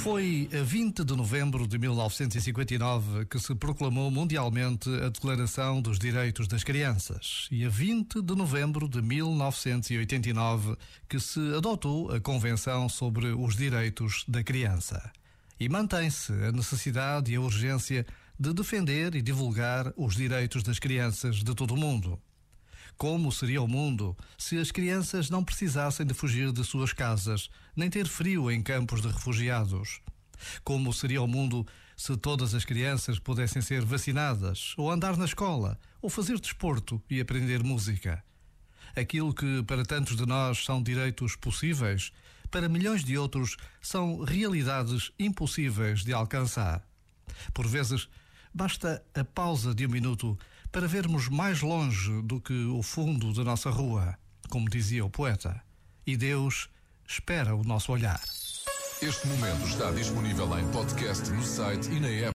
Foi a 20 de novembro de 1959 que se proclamou mundialmente a Declaração dos Direitos das Crianças e a 20 de novembro de 1989 que se adotou a Convenção sobre os Direitos da Criança. E mantém-se a necessidade e a urgência de defender e divulgar os direitos das crianças de todo o mundo. Como seria o mundo se as crianças não precisassem de fugir de suas casas, nem ter frio em campos de refugiados? Como seria o mundo se todas as crianças pudessem ser vacinadas, ou andar na escola, ou fazer desporto e aprender música? Aquilo que para tantos de nós são direitos possíveis, para milhões de outros são realidades impossíveis de alcançar. Por vezes, basta a pausa de um minuto para vermos mais longe do que o fundo da nossa rua, como dizia o poeta. E Deus espera o nosso olhar. Este momento está disponível em podcast no site e na app.